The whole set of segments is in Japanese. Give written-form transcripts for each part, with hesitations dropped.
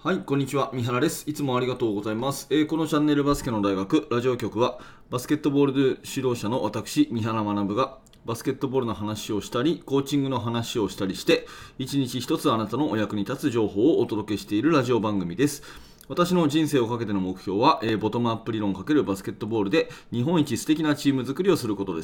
はい、こんにちは。三原です。いつもありがとうございます。このチャンネルバスケの大学ラジオ局は、バスケットボール指導者の私、三原学がバスケットボールの話をしたり、コーチングの話をしたりして、一日一つあなたのお役に立つ情報をお届けしているラジオ番組です。私の人生をかけての目標は、ボトムアップ理論×バスケットボールで日本一素敵なチーム作りをすることです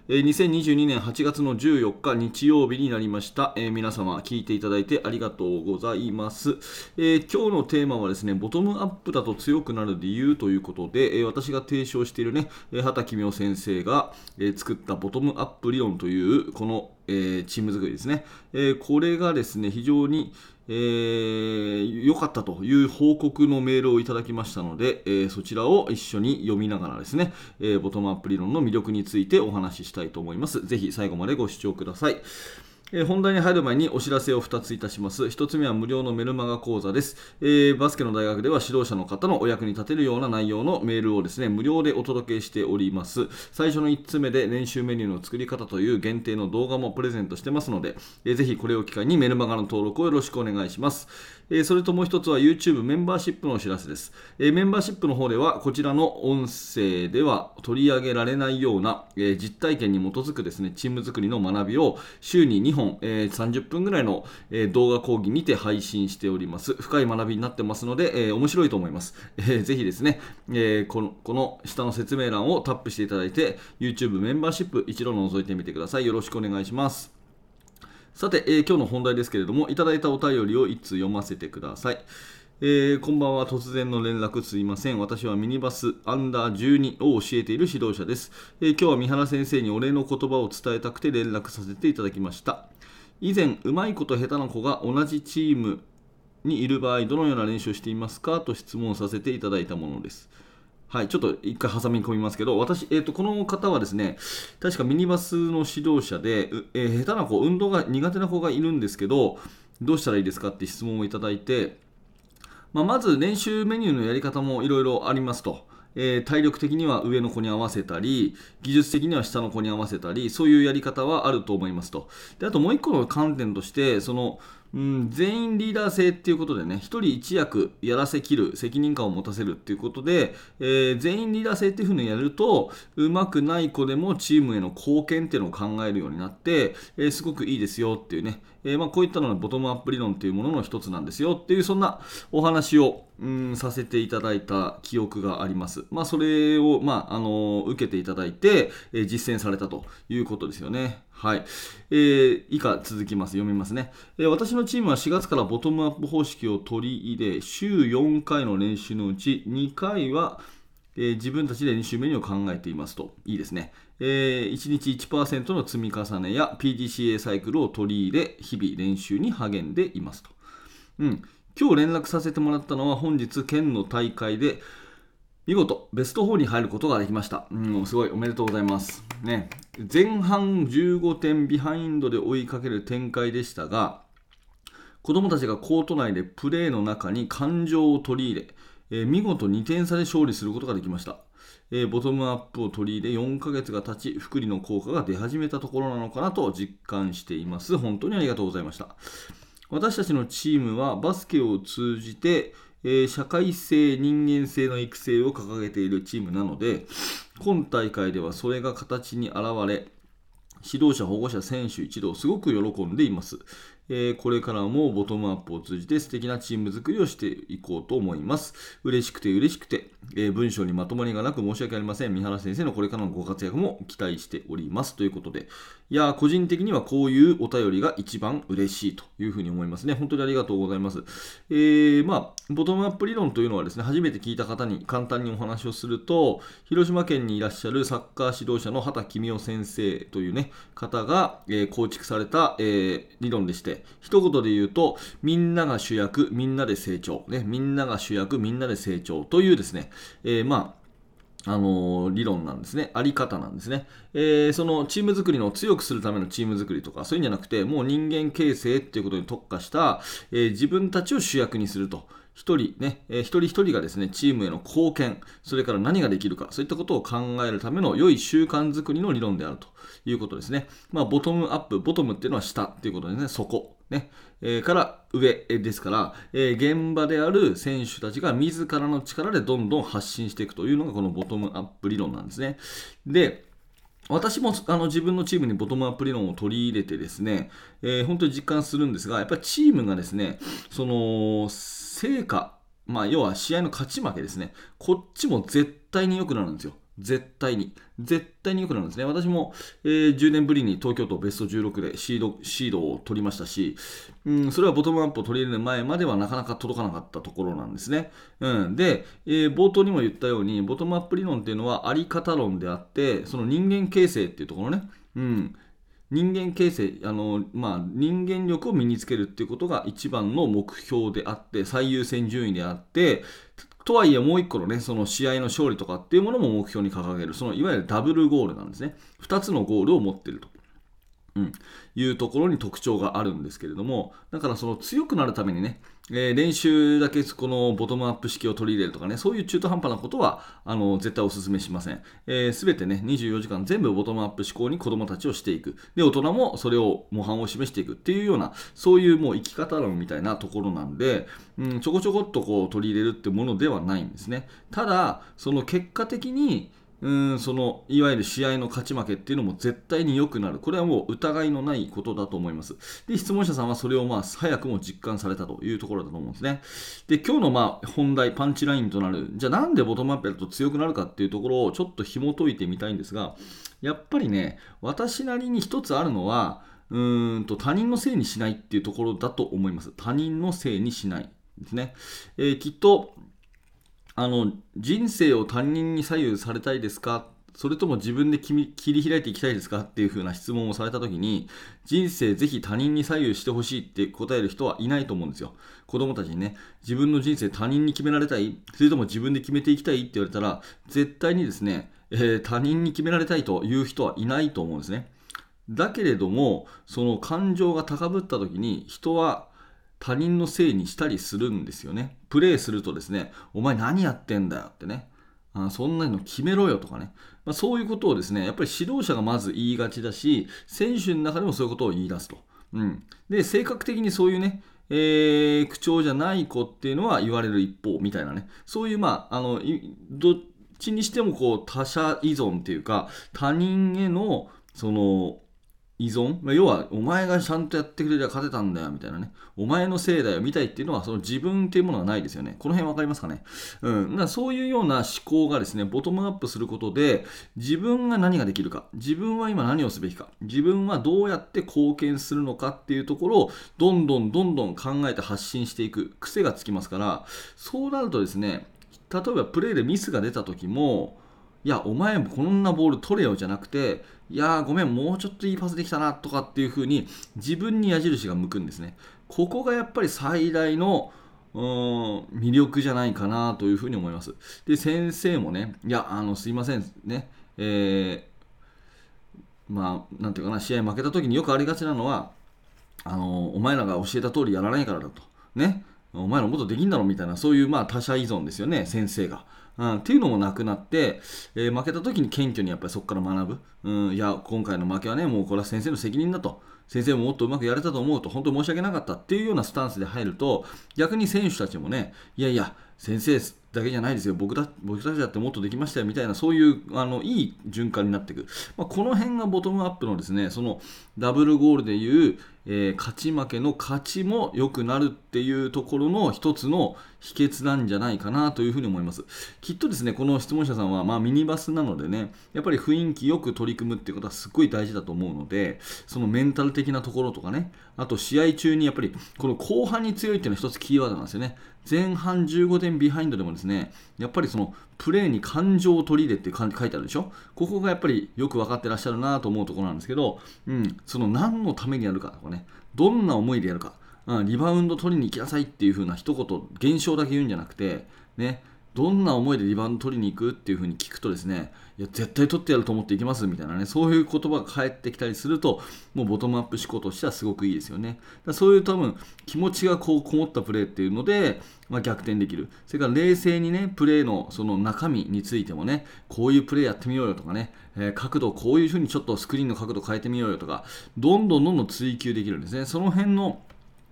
。2022年8月の14日日曜日になりました。皆様聞いていただいてありがとうございます。今日のテーマはですね、ボトムアップだと強くなる理由ということで、私が提唱しているね、畑公夫先生が、作ったボトムアップ理論というこの、チーム作りですね。これがですね、非常に良かったという報告のメールをいただきましたので、そちらを一緒に読みながらですね、ボトムアップ理論の魅力についてお話ししたいと思います。ぜひ最後までご視聴ください。本題に入る前にお知らせを2ついたします。1つ目は無料のメルマガ講座です。バスケの大学では指導者の方のお役に立てるような内容のメールをですね、無料でお届けしております。最初の1つ目で練習メニューの作り方という限定の動画もプレゼントしてますので、ぜひこれを機会にメルマガの登録をよろしくお願いします。それともう一つは YouTube メンバーシップのお知らせです。メンバーシップの方ではこちらの音声では取り上げられないような、実体験に基づくですね、チーム作りの学びを週に2本、30分ぐらいの、動画講義にて配信しております。深い学びになってますので、面白いと思います。ぜひですね、この下の説明欄をタップしていただいて YouTube メンバーシップ一度覗いてみてください。よろしくお願いします。さて、今日の本題ですけれども、いただいたお便りを1通読ませてください。こんばんは。突然の連絡すいません。私はミニバスアンダー12を教えている指導者です。今日は三原先生にお礼の言葉を伝えたくて連絡させていただきました。以前、うまい子と下手な子が同じチームにいる場合、どのような練習をしていますかと質問させていただいたものです。はい、ちょっと一回挟み込みますけど、私、この方はですね、確かミニバスの指導者で、下手な子、運動が苦手な子がいるんですけど、どうしたらいいですかって質問をいただいて、まず練習メニューのやり方もいろいろありますと。体力的には上の子に合わせたり、技術的には下の子に合わせたり、そういうやり方はあると思いますと。で、あともう一個の観点として、全員リーダー性っていうことでね、一人一役やらせきる、責任感を持たせるっていうことで、全員リーダー性っていうふうにやると、うまくない子でもチームへの貢献っていうのを考えるようになって、すごくいいですよっていうね、こういったのがボトムアップ理論っていうものの一つなんですよっていう、そんなお話をさせていただいた記憶があります。それを、受けていただいて、実践されたということですよね。はい。以下続きます。読みますね。私のチームは4月からボトムアップ方式を取り入れ、週4回の練習のうち2回は、自分たちで練習メニューを考えていますと。いいですね。1日 1% の積み重ねや PDCA サイクルを取り入れ、日々練習に励んでいますと。今日連絡させてもらったのは本日県の大会で見事ベスト4に入ることができました。すごいおめでとうございます。ね、前半15点ビハインドで追いかける展開でしたが、子どもたちがコート内でプレーの中に感情を取り入れ、見事2点差で勝利することができました。ボトムアップを取り入れ4ヶ月が経ち、福利の効果が出始めたところなのかなと実感しています。本当にありがとうございました。私たちのチームはバスケを通じて、社会性、人間性の育成を掲げているチームなので、今大会ではそれが形に現れ、指導者、保護者、選手一同すごく喜んでいます。これからもボトムアップを通じて素敵なチーム作りをしていこうと思います。嬉しくて、文章にまとまりがなく申し訳ありません。三原先生のこれからのご活躍も期待しておりますということで、個人的にはこういうお便りが一番嬉しいというふうに思いますね。本当にありがとうございます。ボトムアップ理論というのはですね、初めて聞いた方に簡単にお話をすると、広島県にいらっしゃるサッカー指導者の畑公夫先生というね、方が、構築された、理論でして、一言で言うと、みんなが主役、みんなで成長、みんなが主役、みんなで成長というですね、理論なんですね。あり方なんですね。そのチーム作りの強くするためのチーム作りとか、そういうんじゃなくて、もう人間形成っていうことに特化した、自分たちを主役にすると。一人一人がですね、チームへの貢献、それから何ができるか、そういったことを考えるための良い習慣作りの理論であるということですね。ボトムアップ、ボトムっていうのは下っていうことですね、底。 ねから上ですから、現場である選手たちが自らの力でどんどん発信していくというのがこのボトムアップ理論なんですね。で、私も自分のチームにボトムアップ理論を取り入れてですね、本当に実感するんですが、やっぱりチームがですね、その成果、要は試合の勝ち負けですね、こっちも絶対に良くなるんですよ。絶対に良くなるんですね。私も、10年ぶりに東京都ベスト16でシードを取りましたし、それはボトムアップを取り入れる前まではなかなか届かなかったところなんですね。で、冒頭にも言ったように、ボトムアップ理論っていうのはあり方論であって、その人間形成っていうところね、人間形成、人間力を身につけるっていうことが一番の目標であって、最優先順位であって、とはいえもう一個のね、その試合の勝利とかっていうものも目標に掲げる、そのいわゆるダブルゴールなんですね。2つのゴールを持っていると。いうところに特徴があるんですけれども、だからその強くなるためにね、練習だけこのボトムアップ式を取り入れるとかね、そういう中途半端なことは絶対お勧めしません。すべてね、24時間全部ボトムアップ思考に子どもたちをしていく。で、大人もそれを模範を示していくっていうような、そういうもう生き方論みたいなところなんで、ちょこちょこっとこう取り入れるってものではないんですね。ただ、その結果的にそのいわゆる試合の勝ち負けっていうのも絶対に良くなる。これはもう疑いのないことだと思います。で、質問者さんはそれを早くも実感されたというところだと思うんですね。で、今日の本題、パンチラインとなる、じゃあなんでボトムアップやると強くなるかっていうところをちょっと紐解いてみたいんですが、やっぱりね、私なりに一つあるのは、他人のせいにしないっていうところだと思います。他人のせいにしないですね。きっと人生を他人に左右されたいですか、それとも自分で切り開いていきたいですかっていう風な質問をされたときに、人生ぜひ他人に左右してほしいって答える人はいないと思うんですよ。子供たちにね、自分の人生他人に決められたい、それとも自分で決めていきたいって言われたら、絶対にですね、他人に決められたいという人はいないと思うんですね。だけれども、その感情が高ぶったときに、人は他人のせいにしたりするんですよね。プレーするとですね、お前何やってんだよってね、そんなの決めろよとかね、そういうことをですね、やっぱり指導者がまず言いがちだし、選手の中でもそういうことを言い出すと。で、性格的にそういうね、口調じゃない子っていうのは言われる一方みたいなね、そういうどっちにしてもこう他者依存っていうか、他人へのその依存、要はお前がちゃんとやってくれりゃ勝てたんだよみたいなね、お前のせいだよみたいっていうのはその自分っていうものがないですよね。この辺分かりますかね。だからそういうような思考がですね、ボトムアップすることで、自分が何ができるか、自分は今何をすべきか、自分はどうやって貢献するのかっていうところをどんどん考えて発信していく癖がつきますから、そうなるとですね、例えばプレーでミスが出た時も、いやお前もこんなボール取れよじゃなくて、いやごめんもうちょっといいパスできたなとかっていう風に自分に矢印が向くんですね。ここがやっぱり最大の魅力じゃないかなというふうに思います。で先生もね、いやすいませんね、なんていうかな、試合負けた時によくありがちなのは、お前らが教えた通りやらないからだとね、お前らもっとできんだろみたいな、そういう他者依存ですよね、先生が。っていうのもなくなって、負けた時に謙虚にやっぱりそこから学ぶ、いや今回の負けはね、もうこれは先生の責任だと、先生ももっとうまくやれたと思うと、本当に申し訳なかったっていうようなスタンスで入ると、逆に選手たちもね、いやいや先生だけじゃないですよ、僕たちだってもっとできましたよみたいな、そういういい循環になっていく、この辺がボトムアップのですね、そのダブルゴールでいう、勝ち負けの勝ちも良くなるっていうところの一つの秘訣なんじゃないかなというふうに思います。きっとですね、この質問者さんは、ミニバスなのでね、やっぱり雰囲気よく取り組むっていうことはすごい大事だと思うので、そのメンタル的なところとかね、あと試合中にやっぱりこの後半に強いっていうのは一つキーワードなんですよね。前半15点ビハインドでもですね、やっぱりそのプレーに感情を取り入れって書いてあるでしょ。ここがやっぱりよく分かってらっしゃるなと思うところなんですけど、その何のためにやるかとかね、どんな思いでやるか、リバウンド取りに行きなさいっていう風な一言、現象だけ言うんじゃなくて、ね、どんな思いでリバウンド取りに行くっていう風に聞くとですね、いや絶対取ってやると思っていきますみたいなね、そういう言葉が返ってきたりすると、もうボトムアップ思考としてはすごくいいですよね。そういう多分気持ちがこもったプレーっていうので、逆転できる。それから冷静にね、プレーのその中身についてもね、こういうプレーやってみようよとかね、角度こういう風にちょっとスクリーンの角度変えてみようよとか、どんどん追求できるんですね。その辺の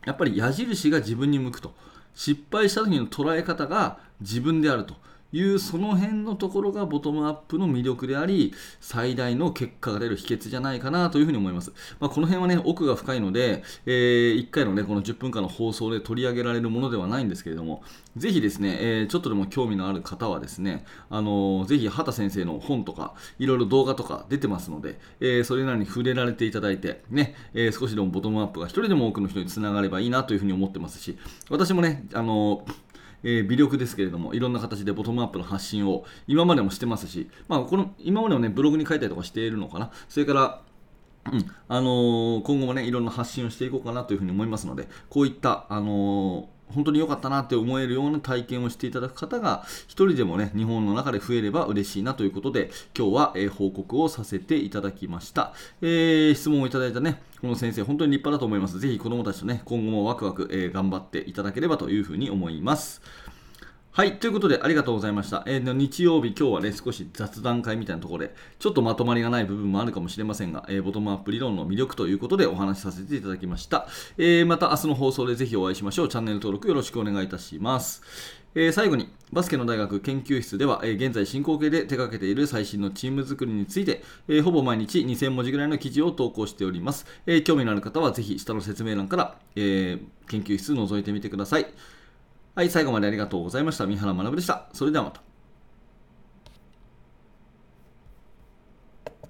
やっぱり矢印が自分に向くと、失敗した時の捉え方が自分であるという、その辺のところがボトムアップの魅力であり、最大の結果が出る秘訣じゃないかなというふうに思います。この辺はね、奥が深いので、1回のね、この10分間の放送で取り上げられるものではないんですけれども、ぜひですね、ちょっとでも興味のある方はですね、ぜひ畑先生の本とか、いろいろ動画とか出てますので、それなりに触れられていただいて、ね、少しでもボトムアップが一人でも多くの人につながればいいなというふうに思ってますし、私もね、微力ですけれども、いろんな形でボトムアップの発信を今までもしてますし、今までもね、ブログに書いたりとかしているのかな。それから、今後もね、いろんな発信をしていこうかなというふうに思いますので、こういった、本当に良かったなって思えるような体験をしていただく方が一人でもね、日本の中で増えれば嬉しいなということで、今日は、報告をさせていただきました。質問をいただいたね、この先生、本当に立派だと思います。ぜひ子どもたちとね、今後もワクワク、頑張っていただければというふうに思います。はい、ということでありがとうございました。日曜日、今日はね、少し雑談会みたいなところで、ちょっとまとまりがない部分もあるかもしれませんが、ボトムアップ理論の魅力ということでお話しさせていただきました。また明日の放送でぜひお会いしましょう。チャンネル登録よろしくお願いいたします。最後に、バスケの大学研究室では、現在進行形で手掛けている最新のチーム作りについて、ほぼ毎日2000文字ぐらいの記事を投稿しております。興味のある方はぜひ下の説明欄から、研究室覗いてみてください。はい、最後までありがとうございました。三原学でした。それではまた。